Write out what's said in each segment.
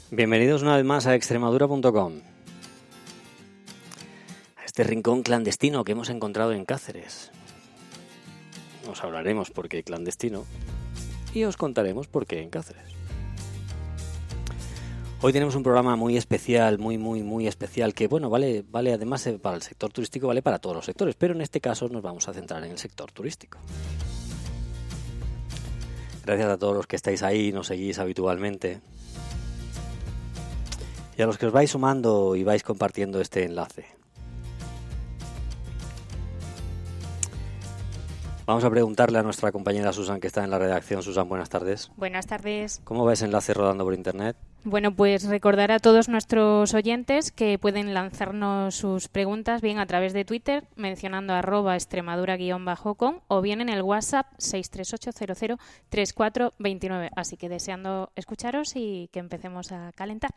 Bienvenidos una vez más a Extremadura.com, a este rincón clandestino que hemos encontrado en Cáceres. Os hablaremos por qué clandestino y os contaremos por qué en Cáceres. Hoy tenemos un programa muy especial, muy especial, que bueno, vale además para el sector turístico, vale para todos los sectores, pero en este caso nos vamos a centrar en el sector turístico. Gracias a todos los que estáis ahí, nos seguís habitualmente. Y a los que os vais sumando y vais compartiendo este enlace. Vamos a preguntarle a nuestra compañera Susan, que está en la redacción. Susan, buenas tardes. Buenas tardes. ¿Cómo va ese enlace rodando por internet? Bueno, pues recordar a todos nuestros oyentes que pueden lanzarnos sus preguntas bien a través de Twitter, mencionando @extremadura_com o bien en el WhatsApp 638003429. Así que deseando escucharos y que empecemos a calentar.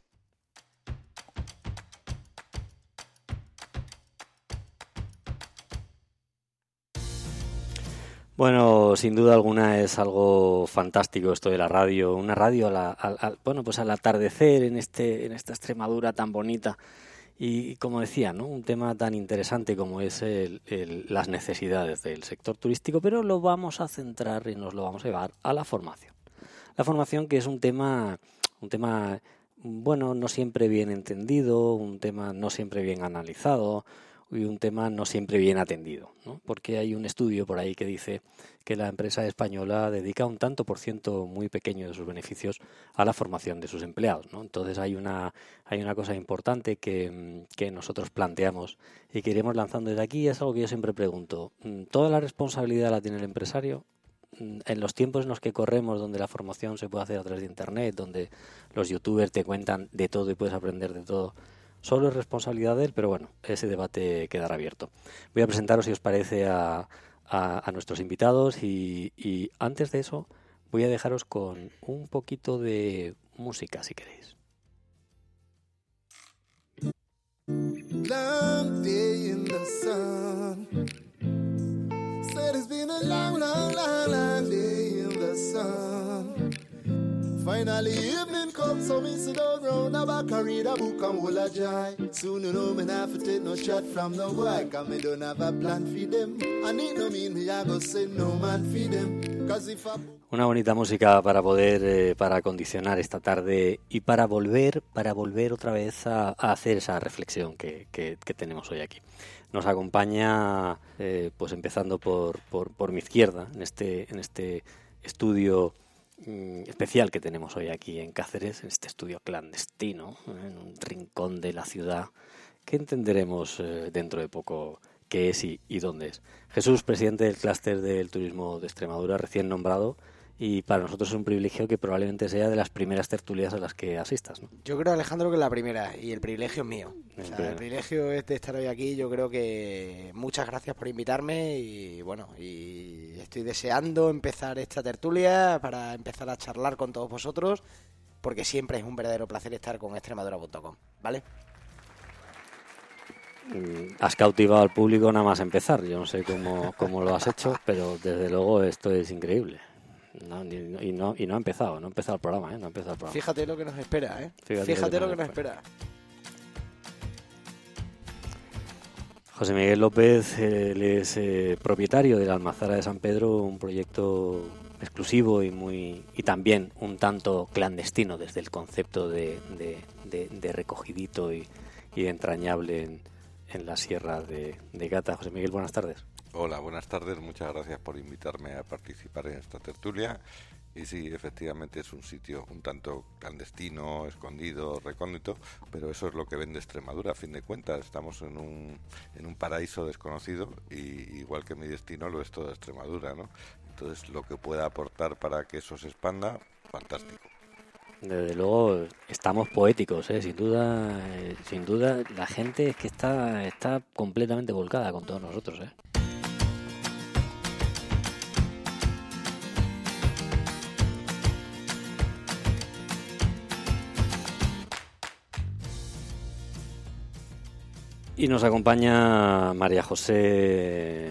Bueno, sin duda alguna es algo fantástico esto de la radio, una radio pues al atardecer en esta Extremadura tan bonita y como decía, ¿no? Un tema tan interesante como es las necesidades del sector turístico, pero lo vamos a centrar y nos lo vamos a llevar a la formación. La formación, que es un tema bueno, no siempre bien entendido, un tema no siempre bien analizado y un tema no siempre bien atendido, ¿no? Porque hay un estudio por ahí que dice que la empresa española dedica un tanto por ciento muy pequeño de sus beneficios a la formación de sus empleados, ¿no? Entonces hay una cosa importante que nosotros planteamos y que iremos lanzando desde aquí. Es algo que yo siempre pregunto: ¿toda la responsabilidad la tiene el empresario? En los tiempos en los que corremos, donde la formación se puede hacer a través de internet, donde los youtubers te cuentan de todo y puedes aprender de todo, solo es responsabilidad de él, pero bueno, ese debate quedará abierto. Voy a presentaros, si os parece, a nuestros invitados y antes de eso voy a dejaros con un poquito de música, si queréis. Long day in the sun. Said it's been a long day in the sun. Finally evening comes, so me sit down round the back and read a book and hold a joy. Soon you know me not have to take no shot from no boy, cause me don't have a plan for them. And it no mean me I go say no man for them. Cause if I... Una bonita música para poder, para condicionar esta tarde y para volver otra vez a hacer esa reflexión que tenemos hoy aquí. Nos acompaña, pues empezando por mi izquierda, en este estudio especial que tenemos hoy aquí en Cáceres, en este estudio clandestino, en un rincón de la ciudad, que entenderemos dentro de poco qué es y dónde es. Jesús, presidente del clúster del turismo de Extremadura, recién nombrado, y para nosotros es un privilegio que probablemente sea de las primeras tertulias a las que asistas, ¿no? Yo creo, Alejandro, que es la primera, y el privilegio es mío. El privilegio es de estar hoy aquí. Yo creo que muchas gracias por invitarme y bueno, y estoy deseando empezar esta tertulia para empezar a charlar con todos vosotros, porque siempre es un verdadero placer estar con Extremadura.com, ¿vale? Has cautivado al público nada más empezar. Yo no sé cómo lo has hecho, pero desde luego esto es increíble. No ha empezado el programa, no ha empezado el programa. Fíjate lo que nos espera, Fíjate lo que nos espera. José Miguel López, él es propietario de la Almazara de San Pedro, un proyecto exclusivo y también un tanto clandestino desde el concepto de recogidito y de entrañable en la sierra de Gata. José Miguel, buenas tardes. Hola, buenas tardes. Muchas gracias por invitarme a participar en esta tertulia. Y sí, efectivamente es un sitio un tanto clandestino, escondido, recóndito, pero eso es lo que vende Extremadura, a fin de cuentas. Estamos en un paraíso desconocido y igual que mi destino lo es toda Extremadura, ¿no? Entonces, lo que pueda aportar para que eso se expanda, fantástico. Desde luego estamos poéticos, sin duda la gente es que está completamente volcada con todos nosotros, Y nos acompaña María José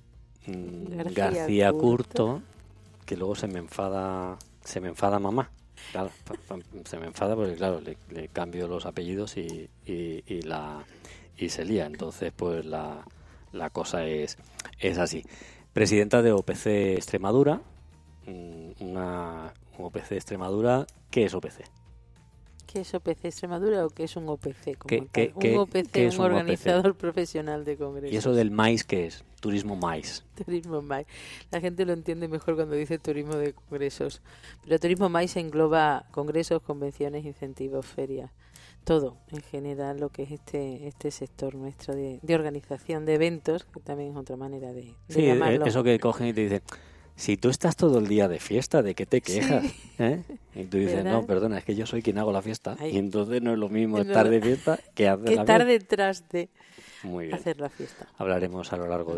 García Curto, que luego se me enfada mamá. Claro, se me enfada porque, claro, le cambio los apellidos y se lía. Entonces, pues la cosa es así. Presidenta de OPC Extremadura, una OPC Extremadura. ¿Qué es OPC? ¿Qué es OPC Extremadura o qué es un OPC? Un OPC, ¿qué es un organizador profesional de congresos. ¿Y eso del MAIS qué es? Turismo MAIS. Turismo MAIS. La gente lo entiende mejor cuando dice turismo de congresos. Pero turismo MAIS engloba congresos, convenciones, incentivos, ferias. Todo, en general, lo que es este sector nuestro de organización de eventos, que también es otra manera de llamarlo. Eso que cogen y te dicen, si tú estás todo el día de fiesta, ¿de qué te quejas? Sí. Y tú dices, ¿verdad? no, perdona, es que yo soy quien hago la fiesta. Ay. Y entonces no es lo mismo No, estar de fiesta que hacer la estar fiesta. detrás de Muy bien. hacer la fiesta. Hablaremos a lo largo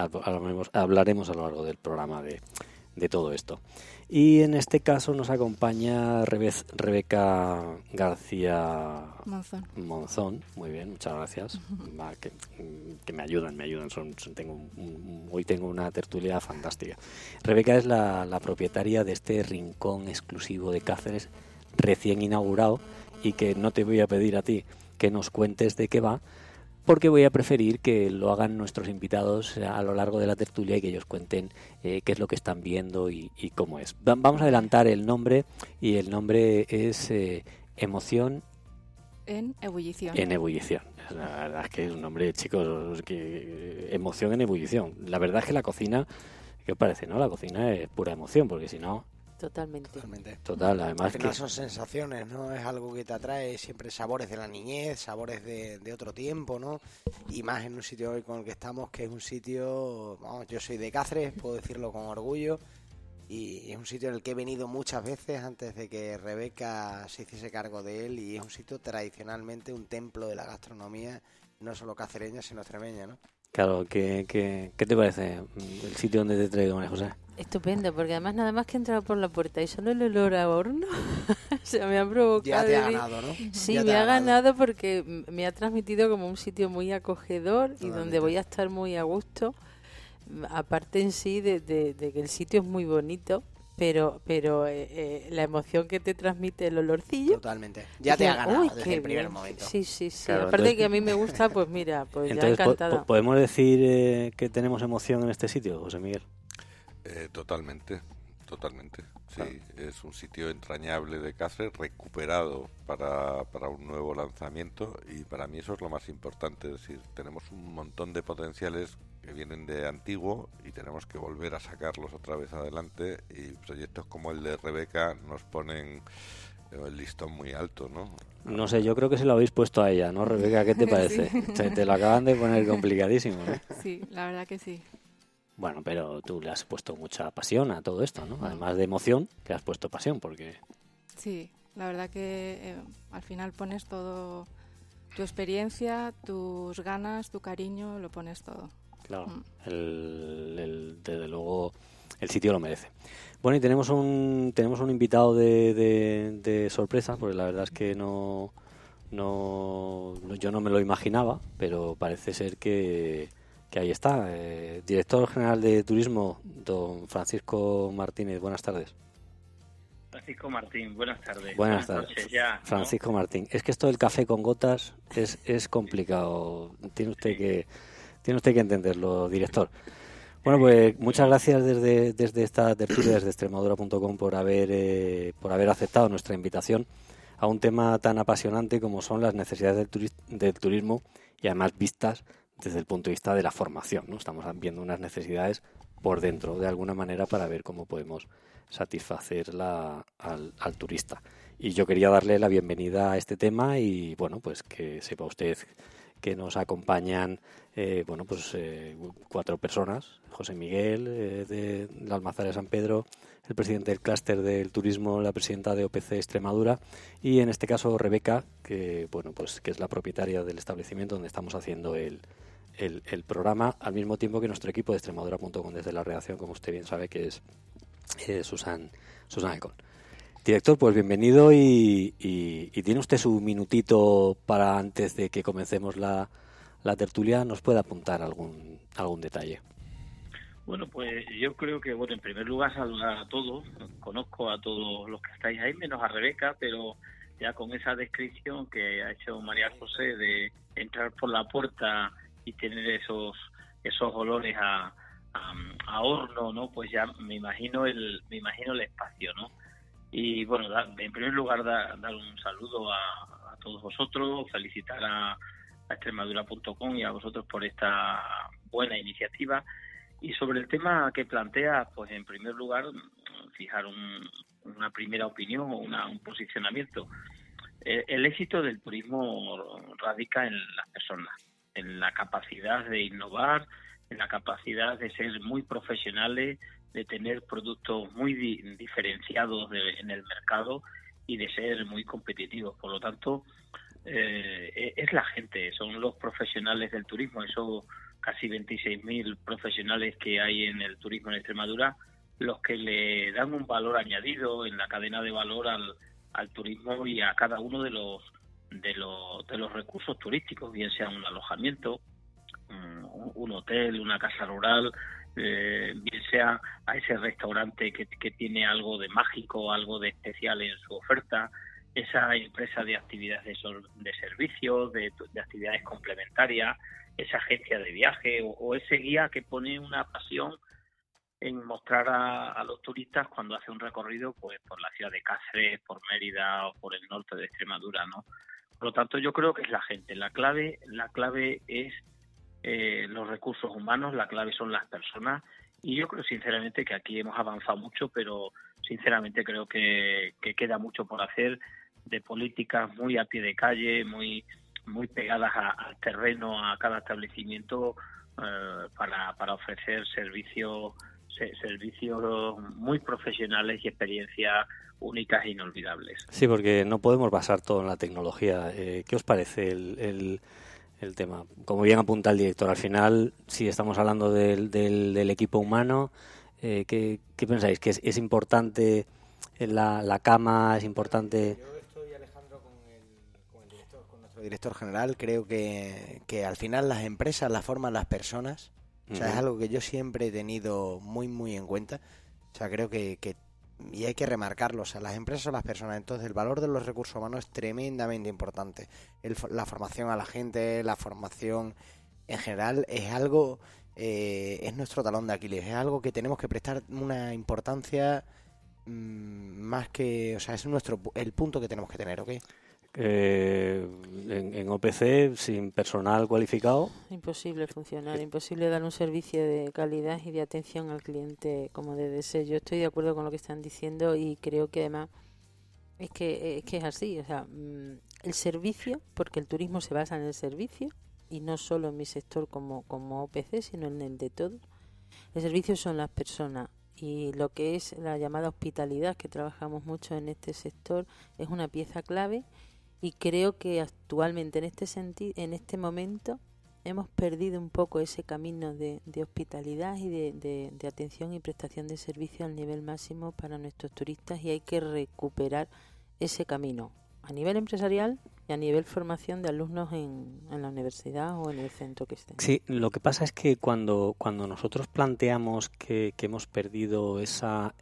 del programa de todo esto. Y en este caso nos acompaña Rebeca García Monzón. Muy bien, muchas gracias. Que me ayudan. Hoy tengo una tertulia fantástica. Rebeca es la propietaria de este rincón exclusivo de Cáceres recién inaugurado, y que no te voy a pedir a ti que nos cuentes de qué va, porque voy a preferir que lo hagan nuestros invitados a lo largo de la tertulia y que ellos cuenten qué es lo que están viendo y cómo es. Vamos a adelantar el nombre, y el nombre es Emoción en Ebullición. En Ebullición. La verdad es que es un nombre, chicos, Emoción en Ebullición. La verdad es que la cocina, ¿qué os parece, no? La cocina es pura emoción, porque si no... Totalmente. Total, además al final que... son sensaciones, ¿no? Es algo que te atrae siempre, sabores de la niñez, sabores de otro tiempo, ¿no? Y más en un sitio hoy con el que estamos, que es un sitio... Vamos, yo soy de Cáceres, puedo decirlo con orgullo, y es un sitio en el que he venido muchas veces antes de que Rebeca se hiciese cargo de él, y es un sitio tradicionalmente un templo de la gastronomía, no solo cacereña, sino extremeña, ¿no? Claro, ¿qué te parece el sitio donde te he traído, María José? Estupendo, porque además nada más que he entrado por la puerta y solo el olor a horno, o sea, me ha provocado... Ya te ha ganado, ¿no? Sí, me ha ganado porque me ha transmitido como un sitio muy acogedor. Totalmente. Y donde voy a estar muy a gusto, aparte en sí de que el sitio es muy bonito, pero la emoción que te transmite el olorcillo... Totalmente. Ya te ha ganado desde el primer momento. Sí. Claro, aparte entonces, de que a mí me gusta, pues mira, pues entonces, ya encantada. ¿podemos decir que tenemos emoción en este sitio, José Miguel? Totalmente. Sí, es un sitio entrañable de Cáceres, recuperado para un nuevo lanzamiento, y para mí eso es lo más importante. Es decir, tenemos un montón de potenciales que vienen de antiguo y tenemos que volver a sacarlos otra vez adelante, y proyectos como el de Rebeca nos ponen el listón muy alto, ¿no? No sé, yo creo que se lo habéis puesto a ella, ¿no, Rebeca? ¿Qué te parece? Sí. Te lo acaban de poner complicadísimo, ¿no? Sí, la verdad que sí. Bueno, pero tú le has puesto mucha pasión a todo esto, ¿no? Además de emoción, le has puesto pasión, porque... Sí, la verdad que al final pones todo, tu experiencia, tus ganas, tu cariño, lo pones todo. Claro, desde luego el sitio lo merece. Bueno, y tenemos un invitado de sorpresa, porque la verdad es que yo no me lo imaginaba, pero parece ser que ahí está. Director General de Turismo, don Francisco Martínez, buenas tardes. Francisco Martín, buenas tardes. Buenas tardes, noches ya, ¿no? Francisco Martín. Es que esto del café con gotas es complicado. Tiene usted que entenderlo, director. Bueno, pues muchas gracias desde esta tertulia, desde Extremadura.com, por haber aceptado nuestra invitación a un tema tan apasionante como son las necesidades del turismo, y además vistas desde el punto de vista de la formación, ¿no? Estamos viendo unas necesidades por dentro, de alguna manera, para ver cómo podemos satisfacer al turista. Y yo quería darle la bienvenida a este tema, y bueno, pues que sepa usted que nos acompañan 4 personas: José Miguel de la Almazara de San Pedro, el presidente del clúster del turismo, la presidenta de OPC Extremadura, y en este caso Rebeca, que es la propietaria del establecimiento donde estamos haciendo el programa, al mismo tiempo que nuestro equipo de Extremadura.com desde la redacción, como usted bien sabe, que es Susan Econ. Director, pues bienvenido, y tiene usted su minutito para, antes de que comencemos la tertulia, nos puede apuntar algún detalle. Bueno, pues yo creo que, en primer lugar saludar a todos, conozco a todos los que estáis ahí, menos a Rebeca, pero ya con esa descripción que ha hecho María José de entrar por la puerta y tener esos olores a horno, ¿no? Pues ya me imagino el espacio, ¿no? Y bueno, en primer lugar dar un saludo a todos vosotros, felicitar a extremadura.com y a vosotros por esta buena iniciativa. Y sobre el tema que plantea, pues en primer lugar, fijar una primera opinión o un posicionamiento. El éxito del turismo radica en las personas, en la capacidad de innovar, en la capacidad de ser muy profesionales, de tener productos muy diferenciados en el mercado y de ser muy competitivos. Por lo tanto, es la gente, son los profesionales del turismo, esos casi 26.000 profesionales que hay en el turismo en Extremadura, los que le dan un valor añadido en la cadena de valor al turismo y a cada uno de los recursos turísticos, bien sea un alojamiento, un hotel, una casa rural, bien sea a ese restaurante que tiene algo de mágico, algo de especial en su oferta, esa empresa de actividades de servicios, de actividades complementarias, esa agencia de viaje o ese guía que pone una pasión en mostrar a los turistas cuando hace un recorrido pues por la ciudad de Cáceres, por Mérida o por el norte de Extremadura, ¿no? Por lo tanto, yo creo que es la gente. La clave es los recursos humanos, la clave son las personas, y yo creo sinceramente que aquí hemos avanzado mucho, pero sinceramente creo que queda mucho por hacer, de políticas muy a pie de calle, muy pegadas al terreno, a cada establecimiento, para ofrecer servicios muy profesionales y experiencias únicas e inolvidables. Sí, porque no podemos basar todo en la tecnología. ¿Qué os parece el tema? Como bien apunta el director, al final, si estamos hablando del equipo humano, ¿qué pensáis? ¿Que es importante la cama? ¿Es importante? Yo estoy, Alejandro, con nuestro director general. Creo que al final las empresas las forman las personas. O sea, es algo que yo siempre he tenido muy, muy en cuenta. O sea, creo que y hay que remarcarlo. O sea, las empresas son las personas. Entonces, el valor de los recursos humanos es tremendamente importante. La formación a la gente, la formación en general es algo, es nuestro talón de Aquiles. Es algo que tenemos que prestar una importancia más que, o sea, es el punto que tenemos que tener, ¿ok? En OPC, sin personal cualificado, imposible funcionar, imposible dar un servicio de calidad y de atención al cliente como debe ser. Yo estoy de acuerdo con lo que están diciendo y creo que además es que es así, o sea, el servicio, porque el turismo se basa en el servicio y no solo en mi sector como OPC, sino en el de todos. El servicio son las personas. Y lo que es la llamada hospitalidad, que trabajamos mucho en este sector, es una pieza clave. Y creo que actualmente en este momento hemos perdido un poco ese camino de hospitalidad y de atención y prestación de servicio al nivel máximo para nuestros turistas, y hay que recuperar ese camino a nivel empresarial y a nivel formación de alumnos en la universidad o en el centro que estén. Sí, lo que pasa es que cuando nosotros planteamos que hemos perdido esa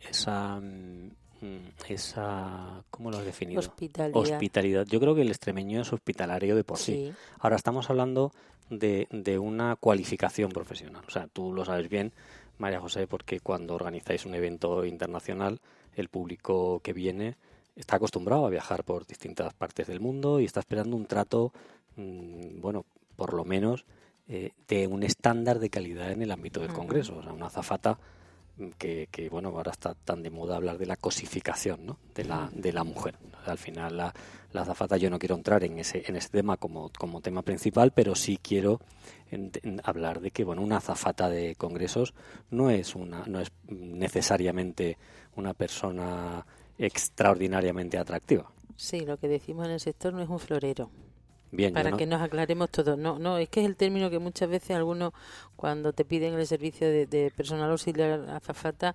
¿cómo lo has definido? Hospitalidad. Yo creo que el extremeño es hospitalario de por sí. Ahora estamos hablando de una cualificación profesional. O sea, tú lo sabes bien, María José, porque cuando organizáis un evento internacional, el público que viene está acostumbrado a viajar por distintas partes del mundo y está esperando un trato, por lo menos, de un estándar de calidad en el ámbito del Congreso. O sea, una azafata que ahora está tan de moda hablar de la cosificación, ¿no? de la mujer. Al final la azafata, yo no quiero entrar en ese tema como tema principal, pero sí quiero hablar de que una azafata de congresos no es necesariamente una persona extraordinariamente atractiva. Sí, lo que decimos en el sector no es un florero. Bien, para que nos aclaremos todos. No, es que es el término que muchas veces algunos, cuando te piden el servicio de personal auxiliar azafata,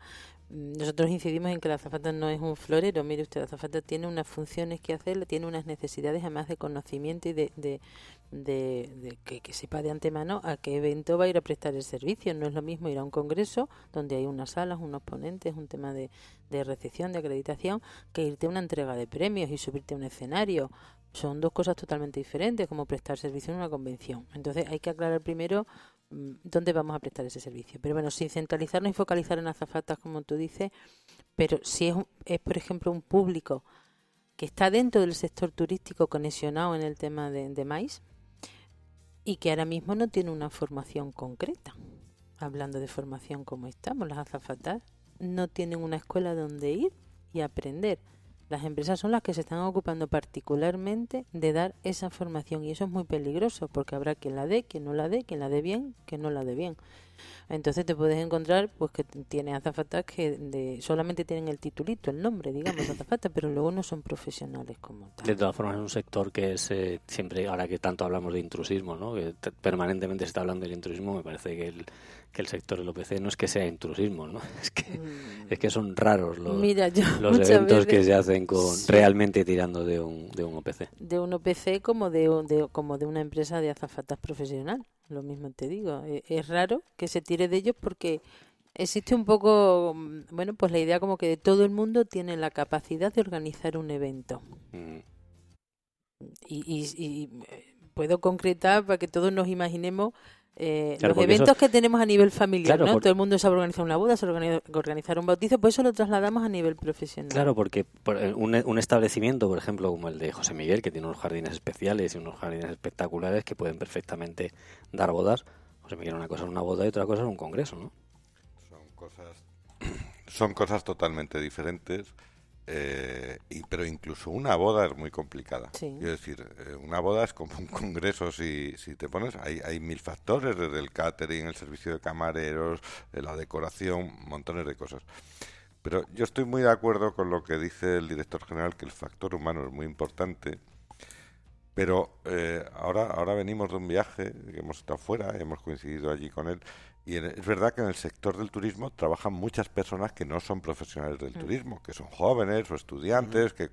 nosotros incidimos en que la azafata no es un florero. Mire usted, la azafata tiene unas funciones que hacer, tiene unas necesidades además de conocimiento y de que sepa de antemano a qué evento va a ir a prestar el servicio. No es lo mismo ir a un congreso donde hay unas salas, unos ponentes, un tema de recepción, de acreditación, que irte a una entrega de premios y subirte a un escenario. Son dos cosas totalmente diferentes, como prestar servicio en una convención. Entonces hay que aclarar primero dónde vamos a prestar ese servicio. Pero bueno, sin centralizarnos y focalizar en azafatas, como tú dices, pero si es por ejemplo, un público que está dentro del sector turístico conexionado en el tema de maíz y que ahora mismo no tiene una formación concreta. Hablando de formación como estamos, las azafatas no tienen una escuela donde ir y aprender. Las empresas son las que se están ocupando particularmente de dar esa formación y eso es muy peligroso porque habrá quien la dé, quien no la dé, quien la dé bien, quien no la dé bien. Entonces te puedes encontrar pues que tienes azafatas que solamente tienen el titulito, el nombre, digamos, azafata, pero luego no son profesionales como tal. De todas formas es un sector que es siempre, ahora que tanto hablamos de intrusismo, ¿no? Que permanentemente se está hablando del intrusismo, me parece que el sector del OPC no es que sea intrusismo, ¿no? Es que son raros los eventos que se hacen realmente tirando de un OPC. De un OPC como de una empresa de azafatas profesional. Lo mismo te digo, es raro que se tire de ellos porque existe un poco, bueno, pues la idea como que todo el mundo tiene la capacidad de organizar un evento. Y puedo concretar para que todos nos imaginemos claro, los eventos que tenemos a nivel familiar, claro, ¿no? Todo el mundo sabe organizar una boda, sabe organizar un bautizo, pues eso lo trasladamos a nivel profesional. Claro, porque un establecimiento, por ejemplo, como el de José Miguel, que tiene unos jardines especiales y unos jardines espectaculares que pueden perfectamente dar bodas. José Miguel, una cosa es una boda y otra cosa es un congreso, ¿no? Son cosas totalmente diferentes. Pero incluso una boda es muy complicada. Sí. Quiero decir, una boda es como un congreso si te pones, hay mil factores, desde el catering, el servicio de camareros, la decoración, montones de cosas. Pero yo estoy muy de acuerdo con lo que dice el director general, que el factor humano es muy importante. Pero ahora venimos de un viaje, que hemos estado fuera, hemos coincidido allí con él. Y es verdad que en el sector del turismo trabajan muchas personas que no son profesionales del turismo, que son jóvenes o estudiantes, que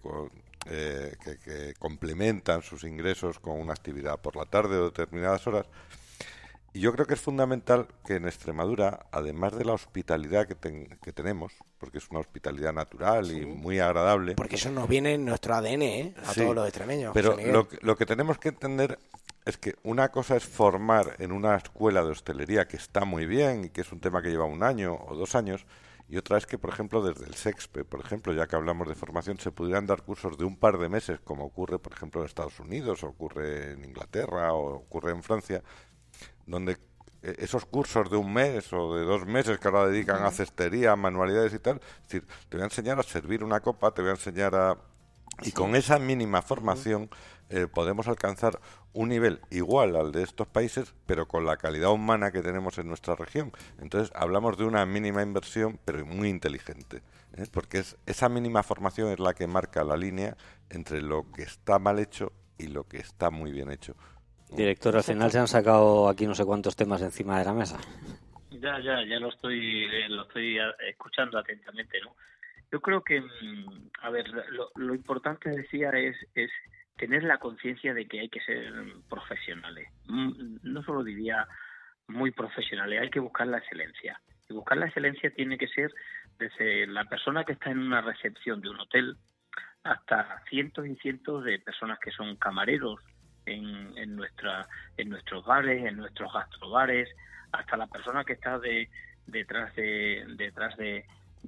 complementan sus ingresos con una actividad por la tarde o determinadas horas. Y yo creo que es fundamental que en Extremadura, además de la hospitalidad que tenemos, porque es una hospitalidad natural y muy agradable... Porque eso nos viene en nuestro ADN, a todos los extremeños. Pero lo que tenemos que entender es que una cosa es formar en una escuela de hostelería que está muy bien y que es un tema que lleva 1 año o 2 años, y otra es que, por ejemplo, desde el SEXPE, por ejemplo, ya que hablamos de formación, se pudieran dar cursos de un par de meses, como ocurre, por ejemplo, en Estados Unidos, o ocurre en Inglaterra, o ocurre en Francia, donde esos cursos de 1 mes o de 2 meses que ahora dedican a cestería, manualidades y tal, es decir, te voy a enseñar a servir una copa, te voy a enseñar a... Y con esa mínima formación podemos alcanzar un nivel igual al de estos países, pero con la calidad humana que tenemos en nuestra región. Entonces hablamos de una mínima inversión, pero muy inteligente, porque esa mínima formación es la que marca la línea entre lo que está mal hecho y lo que está muy bien hecho. Director, al final se han sacado aquí no sé cuántos temas encima de la mesa. Ya lo estoy escuchando atentamente, ¿no? Yo creo que, a ver, lo importante, decía, es tener la conciencia de que hay que ser profesionales. No solo diría muy profesionales, hay que buscar la excelencia. Y buscar la excelencia tiene que ser desde la persona que está en una recepción de un hotel hasta cientos y cientos de personas que son camareros en nuestros bares, en nuestros gastrobares, hasta la persona que está detrás de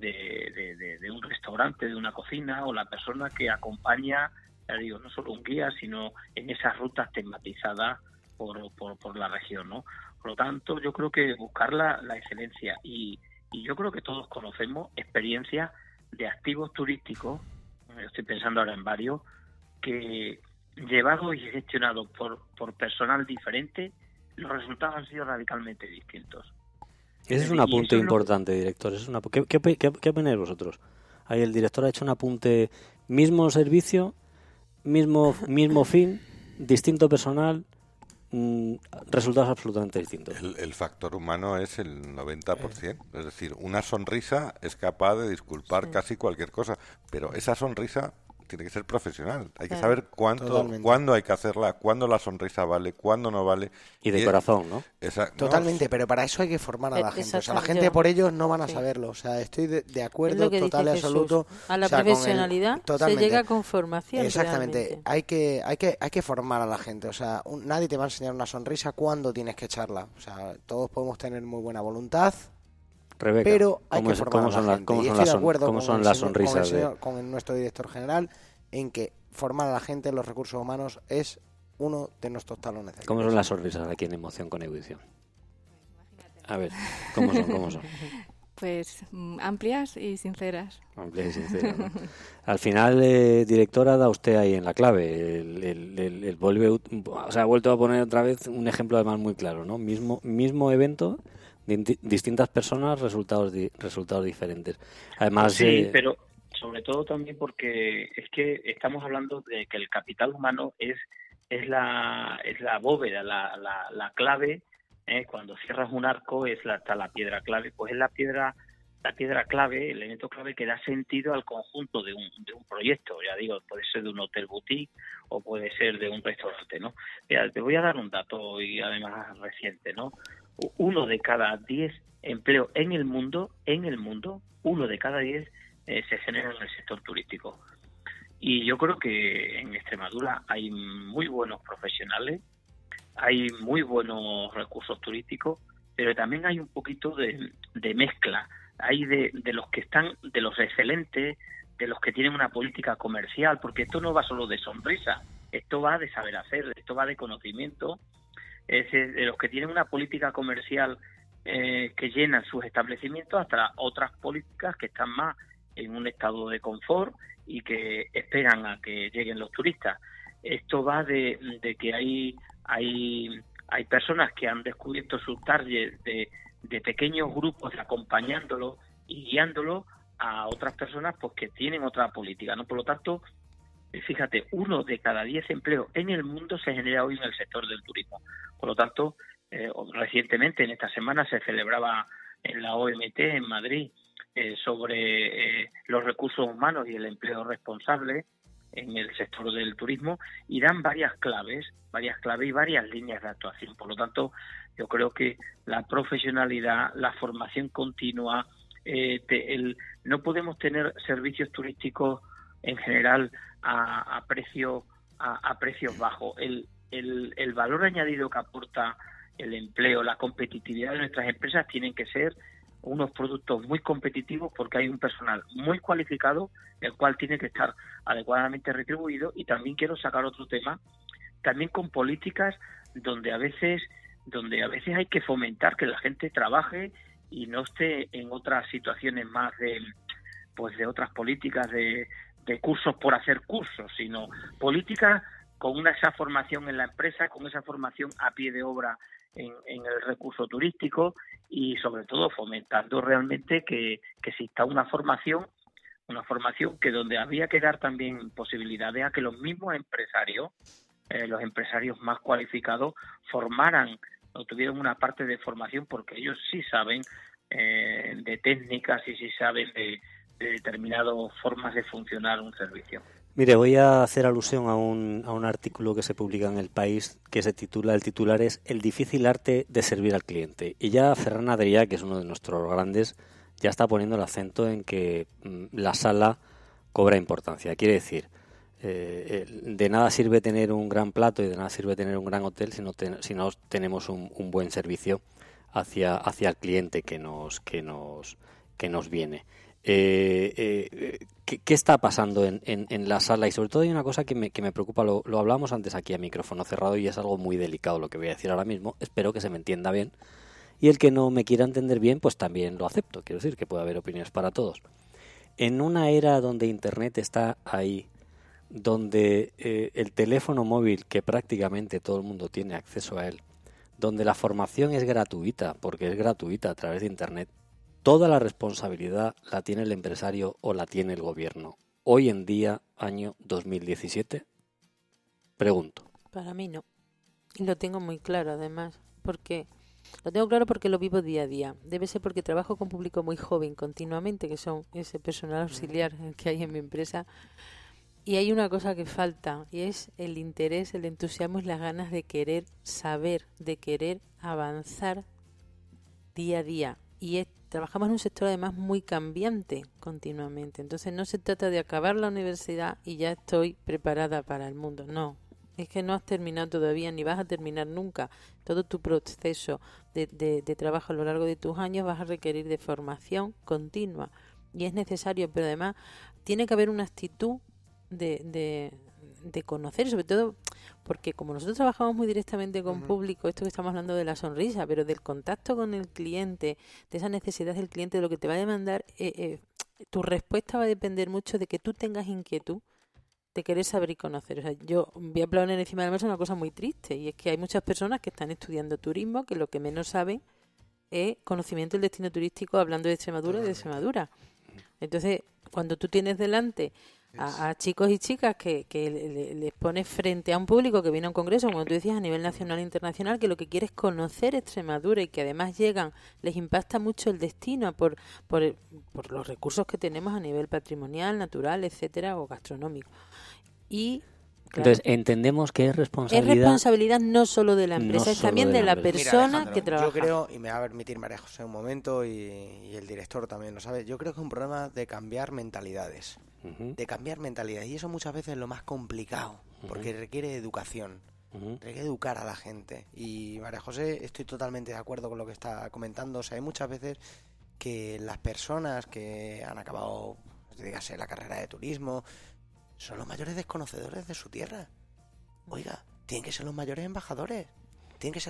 un restaurante, de una cocina, o la persona que acompaña, ya digo, no solo un guía, sino en esas rutas tematizadas por la región, ¿no? Por lo tanto, yo creo que buscar la excelencia, y yo creo que todos conocemos experiencias de activos turísticos, estoy pensando ahora en varios, que llevados y gestionados por personal diferente, los resultados han sido radicalmente distintos. Ese es un apunte importante, director. ¿Qué opináis vosotros? Ahí el director ha hecho un apunte, mismo servicio, mismo fin, distinto personal. resultados absolutamente distintos. El factor humano es el 90%. Es decir, una sonrisa es capaz de disculpar casi cualquier cosa, pero esa sonrisa tiene que ser profesional. Hay que saber cuándo hay que hacerla, cuándo la sonrisa vale, cuándo no vale. Y de corazón, ¿no? Totalmente, pero para eso hay que formar a la gente. O sea, la gente por ellos no van a saberlo. O sea, estoy de acuerdo total y absoluto. A la profesionalidad se llega con formación. Exactamente. Hay que formar a la gente. O sea, nadie te va a enseñar una sonrisa cuándo tienes que echarla. O sea, todos podemos tener muy buena voluntad, Rebeca, pero hay que formar a la gente. ¿Cómo y estoy de acuerdo son las sonrisas con nuestro director general en que formar a la gente en los recursos humanos es uno de nuestros talones. ¿Cómo son las sonrisas aquí en Emoción con Erudición? A ver, ¿cómo son? Pues amplias y sinceras. Amplias y sinceras, ¿no? Al final, directora, da usted ahí en la clave. Ha vuelto a poner otra vez un ejemplo además muy claro, ¿no? Mismo evento, distintas personas, resultados diferentes. Además, sí, pero sobre todo también porque es que estamos hablando de que el capital humano es la bóveda, la clave. Cuando cierras un arco está la piedra clave, pues es la piedra clave, el elemento clave que da sentido al conjunto de un proyecto. Ya digo, puede ser de un hotel boutique o puede ser de un restaurante, ¿no? Mira, te voy a dar un dato y además reciente, ¿no? 1 de cada 10 empleos en el mundo, 1 de cada 10 se genera en el sector turístico. Y yo creo que en Extremadura hay muy buenos profesionales, hay muy buenos recursos turísticos, pero también hay un poquito de mezcla. Hay de los que están, de los excelentes, de los que tienen una política comercial, porque esto no va solo de sonrisa, esto va de saber hacer, esto va de conocimiento, de los que tienen una política comercial que llenan sus establecimientos, hasta otras políticas que están más en un estado de confort y que esperan a que lleguen los turistas. Esto va de que hay personas que han descubierto su target de pequeños grupos acompañándolo y guiándolo a otras personas pues que tienen otra política, ¿no? Por lo tanto, fíjate, 1 de cada 10 empleos en el mundo se genera hoy en el sector del turismo. Por lo tanto, recientemente, en esta semana, se celebraba en la OMT en Madrid sobre los recursos humanos y el empleo responsable en el sector del turismo, y dan varias claves y varias líneas de actuación. Por lo tanto, yo creo que la profesionalidad, la formación continua, no podemos tener servicios turísticos en general a precios bajos. El valor añadido que aporta el empleo, la competitividad de nuestras empresas tienen que ser unos productos muy competitivos, porque hay un personal muy cualificado, el cual tiene que estar adecuadamente retribuido. Y también quiero sacar otro tema, también con políticas donde a veces hay que fomentar que la gente trabaje y no esté en otras situaciones más de otras políticas de cursos por hacer cursos, sino políticas con esa formación en la empresa, con esa formación a pie de obra en el recurso turístico, y sobre todo fomentando realmente que exista una formación que donde había que dar también posibilidades a que los mismos empresarios, los empresarios más cualificados, formaran o tuvieran una parte de formación, porque ellos sí saben de técnicas y sí saben de determinadas formas de funcionar un servicio. Mire, voy a hacer alusión a un artículo que se publica en El País, que el titular es El difícil arte de servir al cliente. Y ya Ferran Adrià, que es uno de nuestros grandes, ya está poniendo el acento en que la sala cobra importancia. Quiere decir, de nada sirve tener un gran plato y de nada sirve tener un gran hotel si no tenemos un buen servicio hacia el cliente que nos viene. ¿Qué está pasando en la sala? Y sobre todo hay una cosa que me preocupa, lo hablamos antes aquí a micrófono cerrado, y es algo muy delicado lo que voy a decir ahora mismo. Espero que se me entienda bien, y el que no me quiera entender bien pues también lo acepto. Quiero decir que puede haber opiniones para todos. En una era donde Internet está ahí, donde el teléfono móvil, que prácticamente todo el mundo tiene acceso a él, donde la formación es gratuita, porque es gratuita a través de Internet, ¿toda la responsabilidad la tiene el empresario o la tiene el gobierno? Hoy en día, año 2017, pregunto. Para mí no. Y lo tengo muy claro, además, porque lo tengo claro porque lo vivo día a día. Debe ser porque trabajo con público muy joven continuamente, que son ese personal auxiliar que hay en mi empresa. Y hay una cosa que falta, y es el interés, el entusiasmo y las ganas de querer saber, de querer avanzar día a día. Y trabajamos en un sector además muy cambiante continuamente. Entonces no se trata de acabar la universidad y ya estoy preparada para el mundo. No, es que no has terminado todavía ni vas a terminar nunca. Todo tu proceso de trabajo a lo largo de tus años vas a requerir de formación continua. Y es necesario, pero además tiene que haber una actitud de conocer, sobre todo porque como nosotros trabajamos muy directamente con público, esto que estamos hablando de la sonrisa, pero del contacto con el cliente, de esa necesidad del cliente, de lo que te va a demandar, tu respuesta va a depender mucho de que tú tengas inquietud de querer saber y conocer. O sea, yo voy a poner encima de la mesa una cosa muy triste, y es que hay muchas personas que están estudiando turismo que lo que menos saben es conocimiento del destino turístico, hablando de Extremadura y de Extremadura. Entonces, cuando tú tienes delante a chicos y chicas que les pones frente a un público que viene a un congreso, como tú decías, a nivel nacional e internacional, que lo que quiere es conocer Extremadura y que además llegan, les impacta mucho el destino por los recursos que tenemos a nivel patrimonial, natural, etcétera, o gastronómico. Y claro, entonces entendemos que es responsabilidad. Es responsabilidad no solo de la empresa, es también de la persona. Mira, que trabaja. Yo creo, y me va a permitir María José un momento, y el director también lo sabe, yo creo que es un problema de cambiar mentalidades. De cambiar mentalidades, y eso muchas veces es lo más complicado, porque requiere educación, requiere educar a la gente. Y María José, estoy totalmente de acuerdo con lo que está comentando. O sea, hay muchas veces que las personas que han acabado, dígase, la carrera de turismo, son los mayores desconocedores de su tierra. Oiga, tienen que ser los mayores embajadores, tienen que ser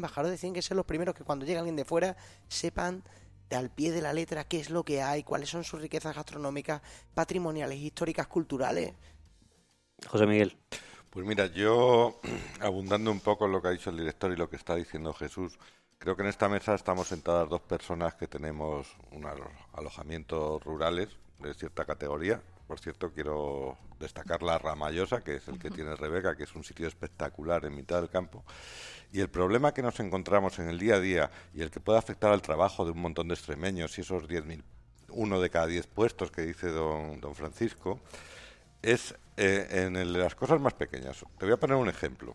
los primeros que cuando llega alguien de fuera sepan al pie de la letra qué es lo que hay, cuáles son sus riquezas gastronómicas, patrimoniales, históricas, culturales. José Miguel. Pues mira, yo, abundando un poco en lo que ha dicho el director y lo que está diciendo Jesús, creo que en esta mesa estamos sentadas dos personas que tenemos unos alojamientos rurales de cierta categoría. Por cierto, quiero destacar la Ramallosa, que es el que tiene Rebeca, que es un sitio espectacular en mitad del campo. Y el problema que nos encontramos en el día a día y el que puede afectar al trabajo de un montón de extremeños y esos 10.000, uno de cada 10 puestos que dice don Francisco, es en las cosas más pequeñas. Te voy a poner un ejemplo.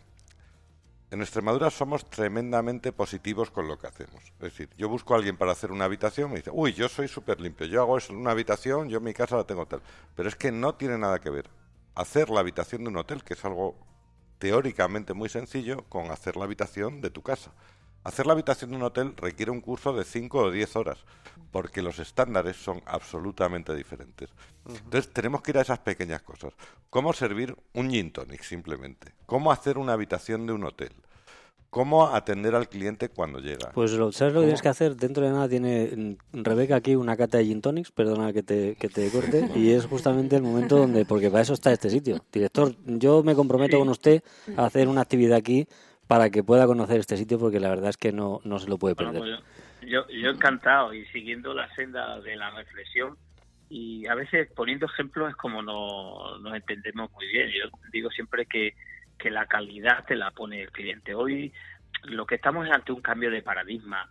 En Extremadura somos tremendamente positivos con lo que hacemos. Es decir, yo busco a alguien para hacer una habitación, me dice, uy, yo soy súper limpio, yo hago una habitación, yo en mi casa la tengo tal. Pero es que no tiene nada que ver hacer la habitación de un hotel, que es algo teóricamente muy sencillo, con hacer la habitación de tu casa. Hacer la habitación de un hotel requiere un curso de 5 o 10 horas, porque los estándares son absolutamente diferentes. Entonces tenemos que ir a esas pequeñas cosas. ¿Cómo servir un gin tonic simplemente? ¿Cómo hacer una habitación de un hotel? ¿Cómo atender al cliente cuando llega? Pues ¿sabes lo que tienes que hacer? Dentro de nada tiene Rebeca aquí una cata de gin tonics, perdona que te corte, y es justamente el momento donde, porque para eso está este sitio. Director, yo me comprometo con usted a hacer una actividad aquí para que pueda conocer este sitio, porque la verdad es que no se lo puede perder. Bueno, pues yo encantado, y siguiendo la senda de la reflexión, y a veces poniendo ejemplos es como nos entendemos muy bien. Yo digo siempre que la calidad te la pone el cliente. Hoy lo que estamos es ante un cambio de paradigma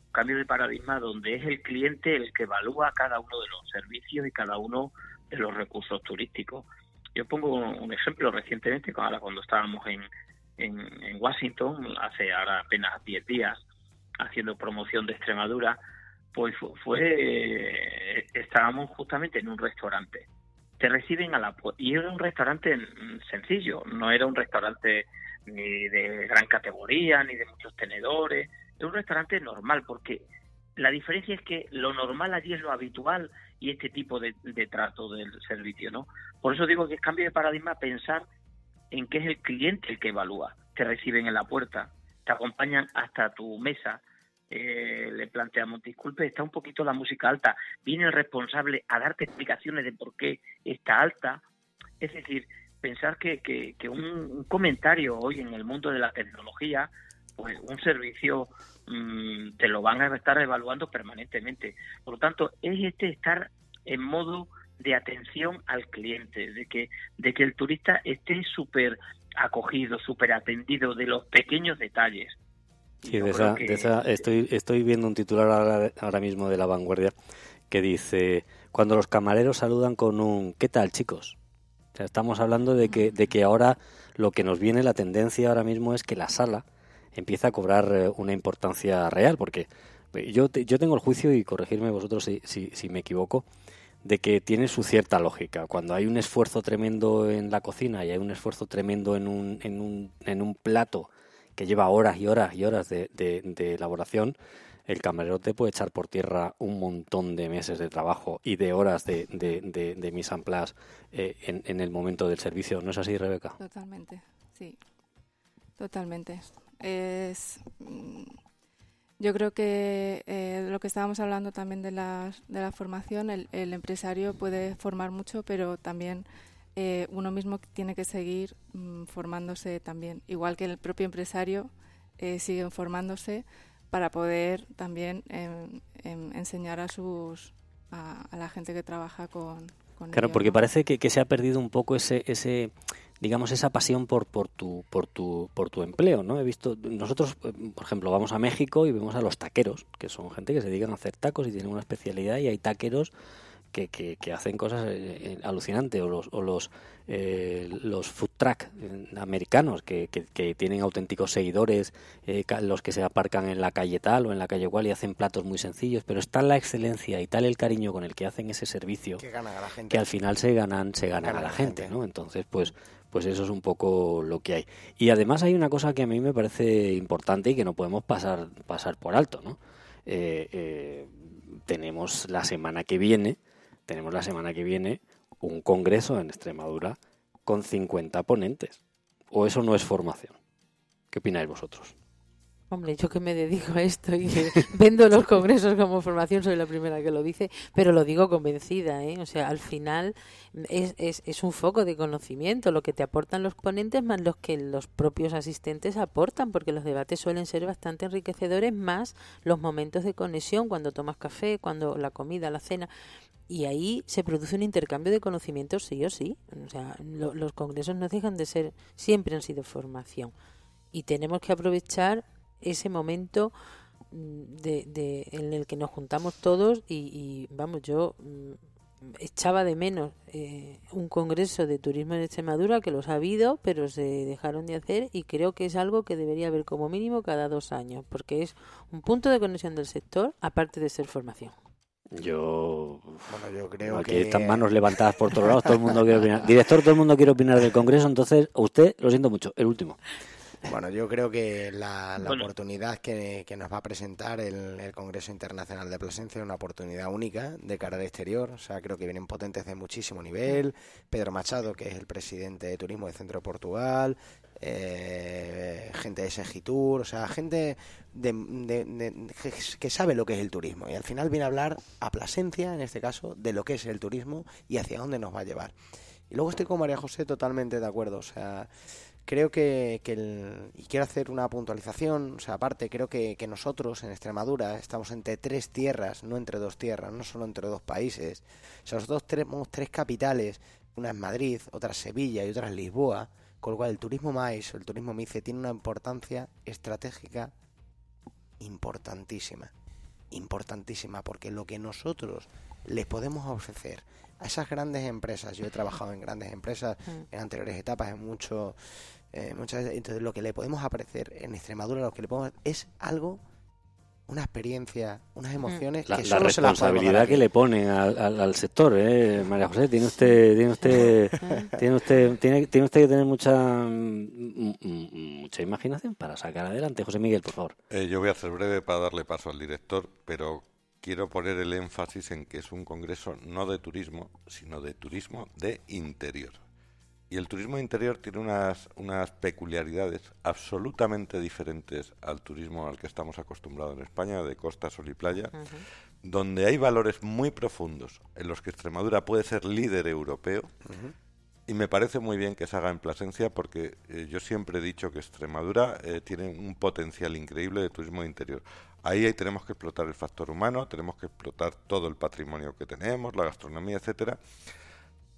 donde es el cliente el que evalúa cada uno de los servicios y cada uno de los recursos turísticos. Yo pongo un ejemplo recientemente, cuando estábamos en Washington, hace ahora apenas 10 días, haciendo promoción de Extremadura, pues estábamos justamente en un restaurante. Te reciben y era un restaurante sencillo, no era un restaurante ni de gran categoría, ni de muchos tenedores, era un restaurante normal, porque la diferencia es que lo normal allí es lo habitual y este tipo de trato del servicio, ¿no? Por eso digo que es cambio de paradigma pensar en que es el cliente el que evalúa. Te reciben en la puerta, te acompañan hasta tu mesa, le planteamos, disculpe, está un poquito la música alta, viene el responsable a darte explicaciones de por qué está alta. Es decir, pensar que un comentario hoy en el mundo de la tecnología, pues un servicio te lo van a estar evaluando permanentemente. Por lo tanto, es estar en modo de atención al cliente, de que el turista esté súper acogido, súper atendido, de los pequeños detalles. Sí, de esa estoy viendo un titular ahora mismo de La Vanguardia que dice: cuando los camareros saludan con un ¿qué tal, chicos? O sea, estamos hablando de que ahora lo que nos viene, la tendencia ahora mismo es que la sala empieza a cobrar una importancia real, porque yo tengo el juicio, y corregirme vosotros si me equivoco, de que tiene su cierta lógica. Cuando hay un esfuerzo tremendo en la cocina y hay un esfuerzo tremendo en un plato que lleva horas y horas y horas de elaboración, el camarero te puede echar por tierra un montón de meses de trabajo y de horas de mise en place en el momento del servicio. ¿No es así, Rebeca? Totalmente, sí. Totalmente. Yo creo que lo que estábamos hablando también de la formación, el empresario puede formar mucho, pero también uno mismo tiene que seguir formándose también. Igual que el propio empresario sigue formándose para poder también enseñar a la gente que trabaja con claro, ello, porque ¿no? parece que se ha perdido un poco digamos, esa pasión por tu empleo, ¿no? He visto, nosotros, por ejemplo, vamos a México y vemos a los taqueros, que son gente que se dedican a hacer tacos y tienen una especialidad, y hay taqueros que hacen cosas alucinantes, o los food truck americanos que tienen auténticos seguidores, los que se aparcan en la calle tal o en la calle cual y hacen platos muy sencillos, pero está la excelencia y tal el cariño con el que hacen ese servicio que ganan a la gente, que al final se ganan a la gente, ¿no? Entonces, pues eso es un poco lo que hay. Y además hay una cosa que a mí me parece importante y que no podemos pasar por alto, ¿no? Tenemos la semana que viene un congreso en Extremadura con 50 ponentes. ¿O eso no es formación? ¿Qué opináis vosotros? Hombre, yo que me dedico a esto y que vendo los congresos como formación, soy la primera que lo dice, pero lo digo convencida, ¿eh? O sea, al final es un foco de conocimiento lo que te aportan los ponentes más los que los propios asistentes aportan, porque los debates suelen ser bastante enriquecedores, más los momentos de conexión, cuando tomas café, cuando la comida, la cena. Y ahí se produce un intercambio de conocimientos sí o sí. O sea, los congresos no dejan de ser, siempre han sido formación. Y tenemos que aprovechar ese momento en el que nos juntamos todos y vamos, yo echaba de menos un congreso de turismo en Extremadura, que los ha habido, pero se dejaron de hacer, y creo que es algo que debería haber como mínimo cada 2 años, porque es un punto de conexión del sector, aparte de ser formación. Yo creo aquí que están manos levantadas por todos lados, todo el mundo quiere opinar. Director, todo el mundo quiere opinar del Congreso, entonces usted, lo siento mucho, el último. Bueno, yo creo que la oportunidad que nos va a presentar el Congreso Internacional de Plasencia es una oportunidad única de cara al exterior. O sea, creo que vienen potentes de muchísimo nivel. Pedro Machado, que es el presidente de turismo del Centro de Portugal, gente de Segitur, o sea, gente que sabe lo que es el turismo. Y al final viene a hablar a Plasencia, en este caso, de lo que es el turismo y hacia dónde nos va a llevar. Y luego estoy con María José totalmente de acuerdo, o sea, creo y quiero hacer una puntualización, o sea, aparte, creo que nosotros en Extremadura estamos entre 3 tierras, no entre 2 tierras, no solo entre 2 países. O sea, nosotros tenemos 3 capitales, una es Madrid, otra es Sevilla y otra es Lisboa, con lo cual el turismo MAIS o el turismo MICE tiene una importancia estratégica importantísima, porque lo que nosotros les podemos ofrecer a esas grandes empresas, yo he trabajado en grandes empresas en anteriores etapas, muchas veces, entonces lo que le podemos ofrecer en Extremadura, lo que le podemos es algo, una experiencia, unas emociones que solo se las podemos dar. La responsabilidad que le ponen al sector, María José, tiene usted que tener mucha imaginación para sacar adelante. José Miguel, por favor. Yo voy a ser breve para darle paso al director, pero quiero poner el énfasis en que es un congreso no de turismo, sino de turismo de interior. Y el turismo de interior tiene unas peculiaridades absolutamente diferentes al turismo al que estamos acostumbrados en España, de costa, sol y playa, donde hay valores muy profundos en los que Extremadura puede ser líder europeo. Y me parece muy bien que se haga en Plasencia, porque yo siempre he dicho que Extremadura tiene un potencial increíble de turismo de interior. Ahí tenemos que explotar el factor humano, tenemos que explotar todo el patrimonio que tenemos, la gastronomía, etcétera.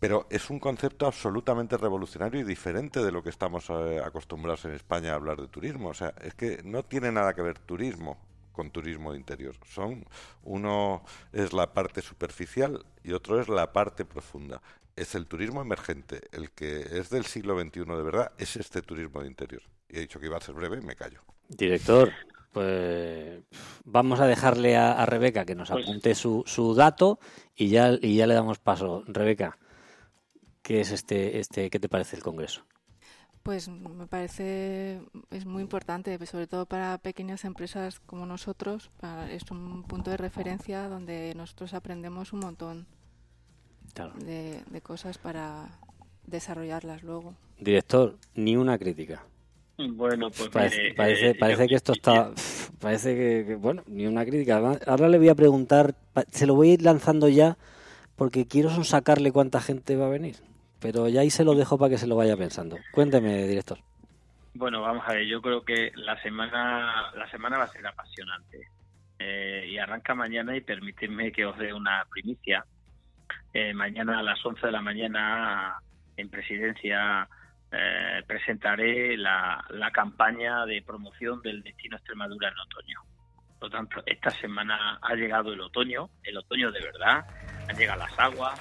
Pero es un concepto absolutamente revolucionario y diferente de lo que estamos acostumbrados en España a hablar de turismo. O sea, es que no tiene nada que ver turismo con turismo de interior. Uno es la parte superficial y otro es la parte profunda. Es el turismo emergente, el que es del siglo XXI de verdad, es este turismo de interior. Y he dicho que iba a ser breve y me callo. Director, pues vamos a dejarle a Rebeca que nos apunte su dato y ya le damos paso. Rebeca, ¿qué es qué te parece el Congreso? Pues me parece es muy importante, sobre todo para pequeñas empresas como nosotros. Es un punto de referencia donde nosotros aprendemos un montón de cosas para desarrollarlas luego. Director, ni una crítica. Bueno, pues parece que esto está... Parece que, bueno, ni una crítica. Ahora le voy a preguntar, se lo voy a ir lanzando ya, porque quiero sacarle cuánta gente va a venir. Pero ya ahí se lo dejo para que se lo vaya pensando. Cuénteme, director. Bueno, vamos a ver, yo creo que la semana va a ser apasionante. Y arranca mañana, y permitidme que os dé una primicia. Mañana a las 11 de la mañana en Presidencia presentaré la campaña de promoción del destino Extremadura en otoño. Por lo tanto, esta semana ha llegado el otoño de verdad, han llegado las aguas.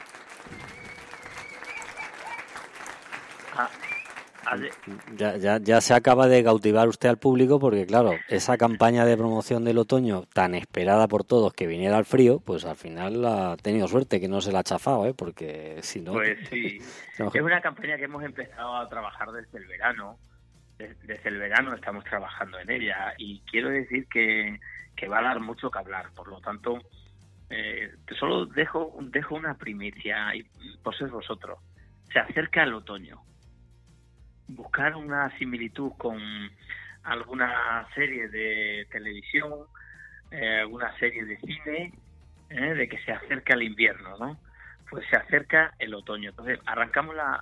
Ya se acaba de cautivar usted al público porque, claro, esa campaña de promoción del otoño tan esperada por todos que viniera el frío, pues al final ha tenido suerte que no se la ha chafado, porque si no... Pues sí, es una campaña que hemos empezado a trabajar desde el verano. Desde el verano estamos trabajando en ella y quiero decir que va a dar mucho que hablar. Por lo tanto, solo dejo una primicia y por ser vosotros. Se acerca el otoño. Buscar una similitud con alguna serie de televisión, alguna serie de cine, de que se acerca el invierno, ¿no? Pues se acerca el otoño. Entonces arrancamos la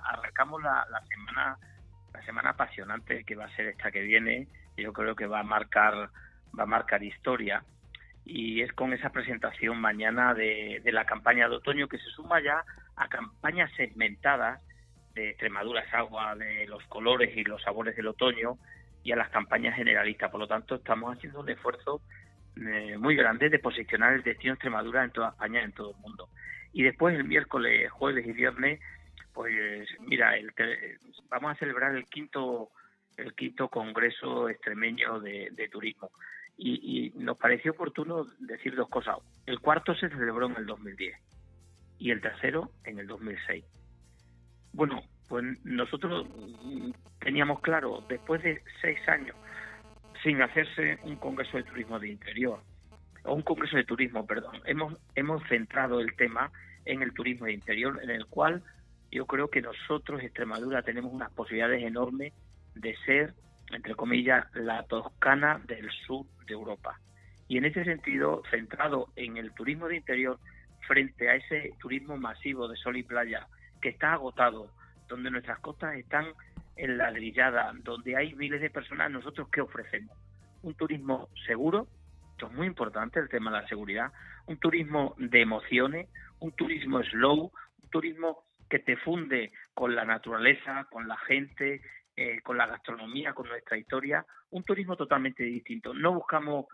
semana apasionante que va a ser esta que viene. Yo creo que va a marcar historia, y es con esa presentación mañana de la campaña de otoño, que se suma ya a campañas segmentadas de Extremadura es agua, de los colores y los sabores del otoño, y a las campañas generalistas. Por lo tanto, estamos haciendo un esfuerzo muy grande de posicionar el destino Extremadura en toda España y en todo el mundo. Y después, el miércoles, jueves y viernes, pues mira, vamos a celebrar el quinto Congreso Extremeño de Turismo. Y nos pareció oportuno decir dos cosas. El cuarto se celebró en el 2010 y el tercero en el 2006. Bueno, pues nosotros teníamos claro, después de 6 años sin hacerse un congreso de turismo de interior, o un congreso de turismo, perdón, hemos centrado el tema en el turismo de interior, en el cual yo creo que nosotros, Extremadura, tenemos unas posibilidades enormes de ser, entre comillas, la Toscana del sur de Europa. Y en ese sentido, centrado en el turismo de interior, frente a ese turismo masivo de sol y playa, que está agotado, donde nuestras costas están enladrilladas, donde hay miles de personas, nosotros ¿qué ofrecemos? Un turismo seguro, esto es muy importante, el tema de la seguridad, un turismo de emociones, un turismo slow, un turismo que te funde con la naturaleza, con la gente, con la gastronomía, con nuestra historia, un turismo totalmente distinto. No buscamos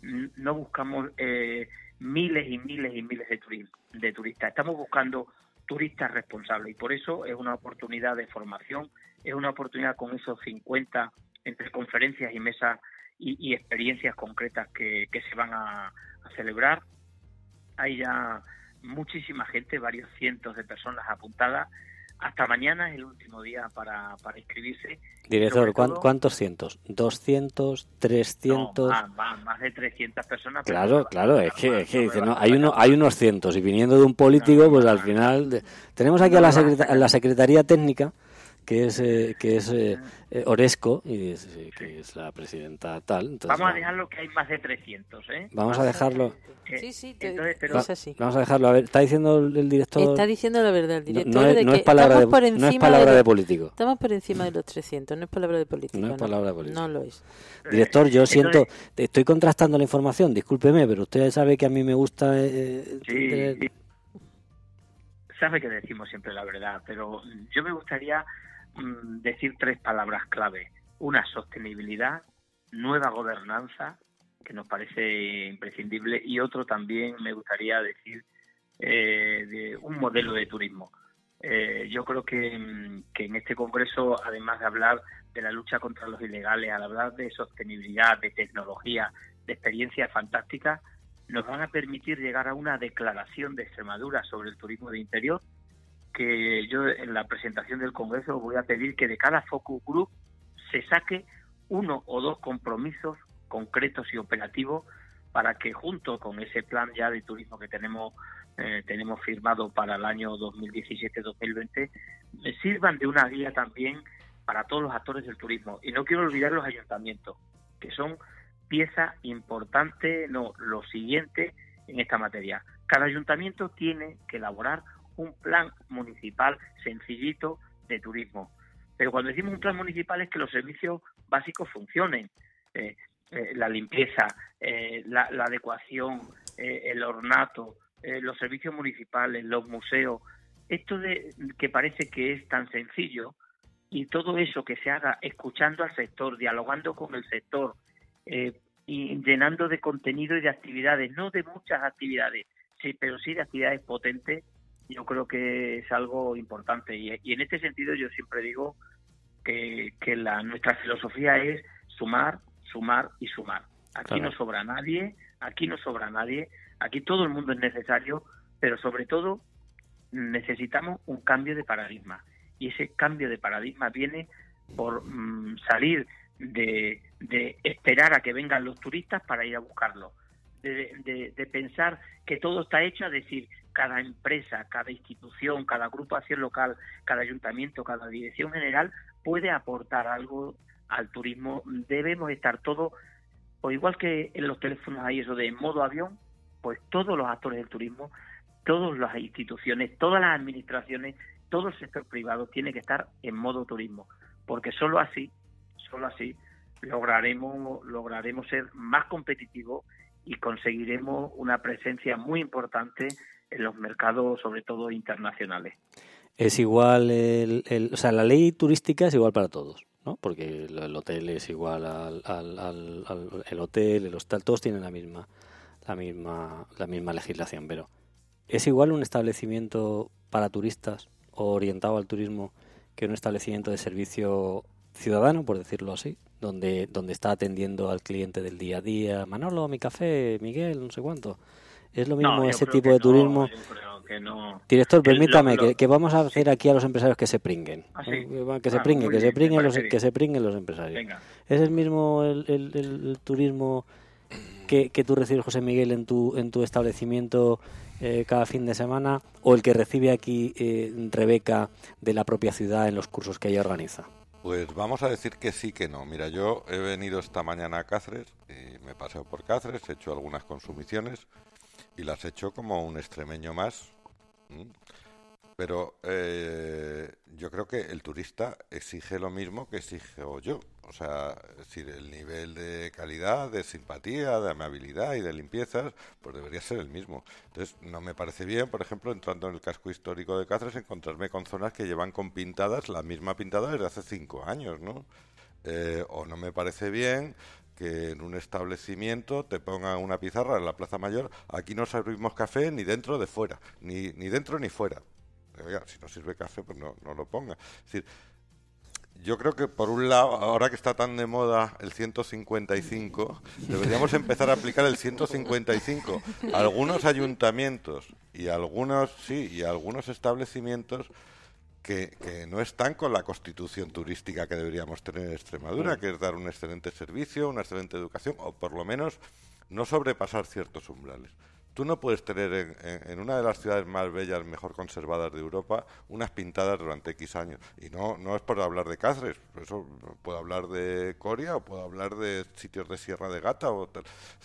miles y miles y miles de turistas, estamos buscando turistas responsables, y por eso es una oportunidad de formación, es una oportunidad con esos 50 entre conferencias y mesas y experiencias concretas que se van a celebrar. Hay ya muchísima gente, varios cientos de personas apuntadas. Hasta mañana es el último día para inscribirse. Director, ¿cuántos cientos? ¿200? ¿300? No, más de 300 personas. Claro, es que dice, no, hay unos cientos, y viniendo de un político, pues al final... Tenemos aquí a la Secretaría Técnica, que es Oresco, y que es la presidenta tal. Entonces, vamos a dejarlo que hay más de 300, ¿eh? Vamos a dejarlo... Sí, es así. Vamos a dejarlo. A ver, está diciendo el director... Está diciendo la verdad el director. No es palabra de político. Estamos por encima de los 300, no es palabra de político. No es palabra de político. No lo es. Director, yo estoy contrastando la información, discúlpeme, pero usted sabe que a mí me gusta... sabe que decimos siempre la verdad, pero yo me gustaría decir 3 palabras clave. Una, sostenibilidad, nueva gobernanza, que nos parece imprescindible, y otro también me gustaría decir de un modelo de turismo. Yo creo que en este congreso, además de hablar de la lucha contra los ilegales, al hablar de sostenibilidad, de tecnología, de experiencias fantásticas, nos van a permitir llegar a una declaración de Extremadura sobre el turismo de interior, que yo en la presentación del congreso voy a pedir que de cada focus group se saque 1 o 2 compromisos concretos y operativos para que junto con ese plan ya de turismo que tenemos firmado para el año 2017-2020 sirvan de una guía también para todos los actores del turismo. Y no quiero olvidar los ayuntamientos, que son pieza importante, lo siguiente en esta materia. Cada ayuntamiento tiene que elaborar un plan municipal sencillito de turismo. Pero cuando decimos un plan municipal es que los servicios básicos funcionen. La limpieza, la adecuación, el ornato, los servicios municipales, los museos. Esto que parece que es tan sencillo, y todo eso que se haga escuchando al sector, dialogando con el sector, y llenando de contenido y de actividades, no de muchas actividades, sí, pero sí de actividades potentes, yo creo que es algo importante. Y en este sentido yo siempre digo que nuestra filosofía es sumar, sumar y sumar. Aquí no sobra nadie, aquí todo el mundo es necesario, pero sobre todo necesitamos un cambio de paradigma. Y ese cambio de paradigma viene por salir de esperar a que vengan los turistas para ir a buscarlos, de pensar que todo está hecho, a decir, cada empresa, cada institución, cada grupo de acción local, cada ayuntamiento, cada dirección general puede aportar algo al turismo. Debemos estar todos, o igual que en los teléfonos hay eso de modo avión, pues todos los actores del turismo, todas las instituciones, todas las administraciones, todo el sector privado tiene que estar en modo turismo, porque solo así lograremos ser más competitivos y conseguiremos una presencia muy importante en los mercados, sobre todo internacionales. Es igual, o sea, la ley turística es igual para todos, ¿no? Porque el hotel es igual el hotel, el hostal, todos tienen la misma legislación, pero ¿es igual un establecimiento para turistas o orientado al turismo que un establecimiento de servicio ciudadano, por decirlo así, donde está atendiendo al cliente del día a día? Manolo, mi café, Miguel, no sé cuánto. ¿Es lo mismo ese tipo de turismo? Yo creo que no. Director, permítame, que vamos a hacer aquí a los empresarios que se pringuen. Que se pringuen los empresarios. Venga. ¿Es el mismo el turismo que tú recibes, José Miguel, en tu establecimiento cada fin de semana, o el que recibe aquí Rebeca de la propia ciudad en los cursos que ella organiza? Pues vamos a decir que sí, que no. Mira, yo he venido esta mañana a Cáceres y me paseo por Cáceres, he hecho algunas consumiciones y las he hecho como un extremeño más. Pero yo creo que el turista exige lo mismo que exijo yo. O sea, es decir, el nivel de calidad, de simpatía, de amabilidad y de limpieza, pues debería ser el mismo. Entonces, no me parece bien, por ejemplo, entrando en el casco histórico de Cáceres, encontrarme con zonas que llevan con pintadas la misma pintada desde hace 5 años, ¿no? O no me parece bien que en un establecimiento te pongan una pizarra en la Plaza Mayor: aquí no servimos café ni dentro ni fuera, ni dentro ni fuera. Oiga, si no sirve café, pues no lo ponga. Es decir, yo creo que por un lado, ahora que está tan de moda el 155, deberíamos empezar a aplicar el 155 a algunos ayuntamientos y algunos establecimientos que no están con la constitución turística que deberíamos tener en Extremadura, que es dar un excelente servicio, una excelente educación, o por lo menos no sobrepasar ciertos umbrales. Tú no puedes tener en una de las ciudades más bellas, mejor conservadas de Europa, unas pintadas durante X años. Y no es por hablar de Cáceres, por eso puedo hablar de Coria o puedo hablar de sitios de Sierra de Gata o tal. O sea,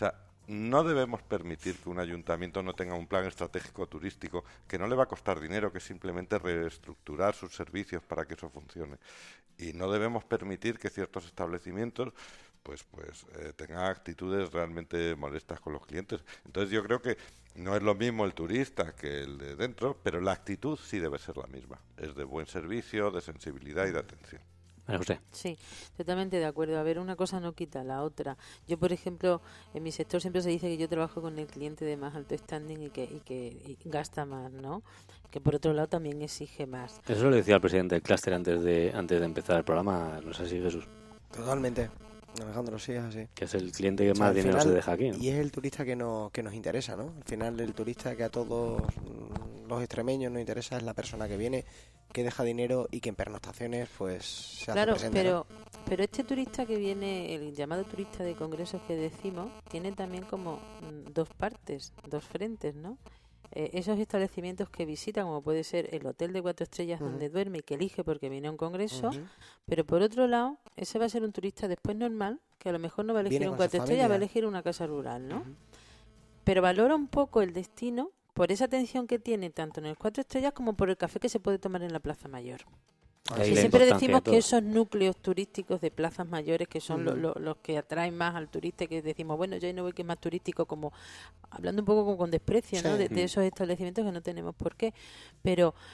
no debemos permitir que un ayuntamiento no tenga un plan estratégico turístico que no le va a costar dinero, que es simplemente reestructurar sus servicios para que eso funcione. Y no debemos permitir que ciertos establecimientos tengan actitudes realmente molestas con los clientes. Entonces yo creo que no es lo mismo el turista que el de dentro, pero la actitud sí debe ser la misma. Es de buen servicio, de sensibilidad y de atención. José. Sí, totalmente de acuerdo. A ver, una cosa no quita la otra. Yo, por ejemplo, en mi sector siempre se dice que yo trabajo con el cliente de más alto standing y que gasta más, ¿no? Que por otro lado también exige más. Eso lo decía el presidente del clúster antes de empezar el programa, no sé si Jesús. Totalmente. Alejandro, sí, es así. Que es el cliente que más dinero se deja aquí, ¿no? Y es el turista que nos interesa, ¿no? Al final, el turista que a todos los extremeños nos interesa es la persona que viene, que deja dinero y que en pernoctaciones pues se hace presente. Claro, pero este turista que viene, el llamado turista de congresos que decimos, tiene también como dos partes, dos frentes, ¿no? Esos establecimientos que visita, como puede ser el hotel de 4 estrellas donde duerme y que elige porque viene a un congreso, pero por otro lado, ese va a ser un turista después normal, que a lo mejor no va a elegir un 4 estrellas, va a elegir una casa rural, ¿no? Pero valora un poco el destino por esa atención que tiene tanto en el 4 estrellas como por el café que se puede tomar en la Plaza Mayor. Y siempre decimos que esos núcleos turísticos de plazas mayores que son los que atraen más al turista, que decimos, bueno, yo no voy que es más turístico, como hablando un poco con desprecio, ¿no? de esos establecimientos que no tenemos por qué, pero